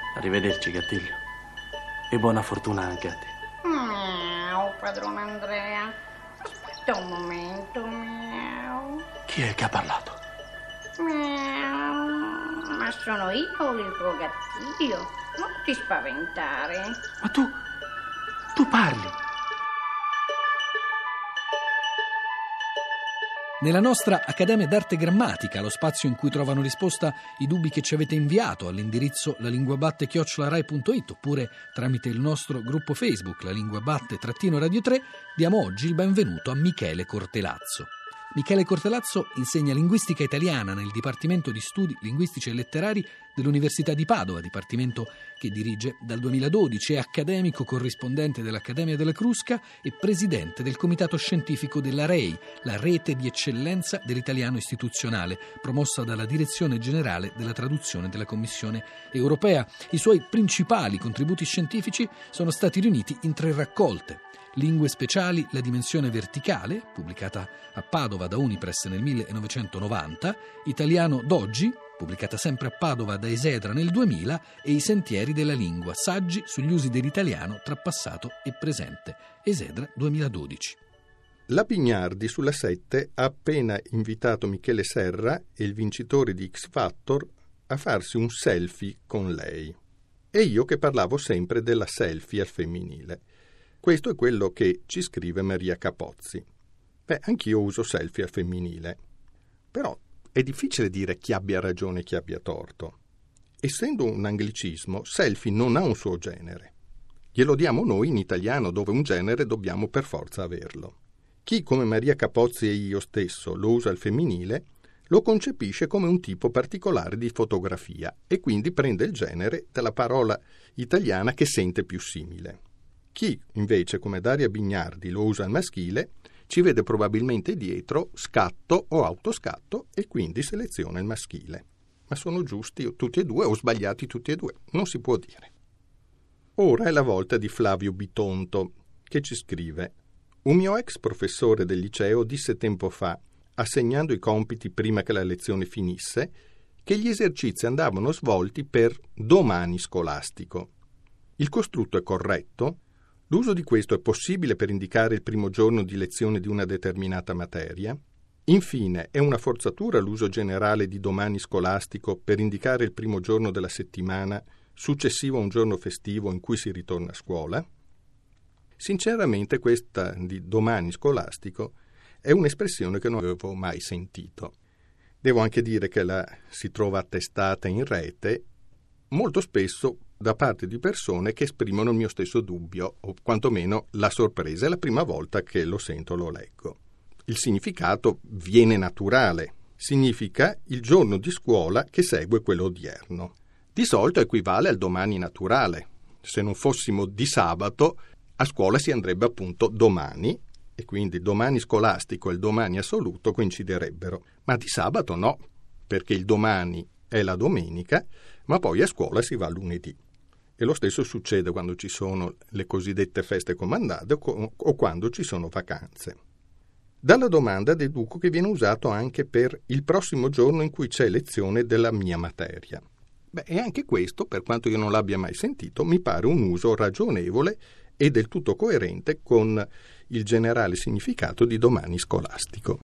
Arrivederci, gattiglio. E buona fortuna anche a te. Miau, padrone Andrea. Aspetta un momento, miau. Chi è che ha parlato? Miau. Ma sono io il tuo gattiglio. Non ti spaventare. Ma tu parli. Nella nostra Accademia d'Arte Grammatica, lo spazio in cui trovano risposta i dubbi che ci avete inviato all'indirizzo lalinguabatte@rai.it oppure tramite il nostro gruppo Facebook, La Lingua Batte-Radio 3, diamo oggi il benvenuto a Michele Cortelazzo. Michele Cortelazzo insegna linguistica italiana nel Dipartimento di Studi Linguistici e Letterari dell'Università di Padova, dipartimento che dirige dal 2012, è accademico corrispondente dell'Accademia della Crusca e presidente del comitato scientifico della REI, la Rete di Eccellenza dell'Italiano Istituzionale, promossa dalla Direzione Generale della Traduzione della Commissione Europea. I suoi principali contributi scientifici sono stati riuniti in 3 raccolte. Lingue speciali, la dimensione verticale, pubblicata a Padova da Unipress nel 1990, Italiano d'oggi, pubblicata sempre a Padova da Esedra nel 2000, e I sentieri della lingua, saggi sugli usi dell'italiano tra passato e presente, Esedra 2012. La Bignardi sulla 7 ha appena invitato Michele Serra e il vincitore di X Factor a farsi un selfie con lei. E io che parlavo sempre della selfie al femminile. Questo è quello che ci scrive Maria Capozzi. Anch'io uso selfie al femminile. Però è difficile dire chi abbia ragione e chi abbia torto. Essendo un anglicismo, selfie non ha un suo genere. Glielo diamo noi in italiano, dove un genere dobbiamo per forza averlo. Chi, come Maria Capozzi e io stesso, lo usa al femminile, lo concepisce come un tipo particolare di fotografia e quindi prende il genere della parola italiana che sente più simile. Chi, invece, come Daria Bignardi, lo usa al maschile, ci vede probabilmente dietro scatto o autoscatto e quindi seleziona il maschile. Ma sono giusti tutti e due o sbagliati tutti e due? Non si può dire. Ora è la volta di Flavio Bitonto, che ci scrive: un mio ex professore del liceo disse tempo fa, assegnando i compiti prima che la lezione finisse, che gli esercizi andavano svolti per domani scolastico. Il costrutto è corretto? L'uso di questo è possibile per indicare il primo giorno di lezione di una determinata materia? Infine, è una forzatura l'uso generale di domani scolastico per indicare il primo giorno della settimana successivo a un giorno festivo in cui si ritorna a scuola? Sinceramente questa di domani scolastico è un'espressione che non avevo mai sentito. Devo anche dire che la si trova attestata in rete molto spesso da parte di persone che esprimono il mio stesso dubbio, o quantomeno la sorpresa è la prima volta che lo sento, lo leggo. Il significato viene naturale, significa il giorno di scuola che segue quello odierno. Di solito equivale al domani naturale. Se non fossimo di sabato, a scuola si andrebbe appunto domani, e quindi domani scolastico e il domani assoluto coinciderebbero. Ma di sabato no, perché il domani è la domenica, ma poi a scuola si va lunedì. E lo stesso succede quando ci sono le cosiddette feste comandate o quando ci sono vacanze. Dalla domanda deduco che viene usato anche per il prossimo giorno in cui c'è lezione della mia materia. E anche questo, per quanto io non l'abbia mai sentito, mi pare un uso ragionevole e del tutto coerente con il generale significato di domani scolastico.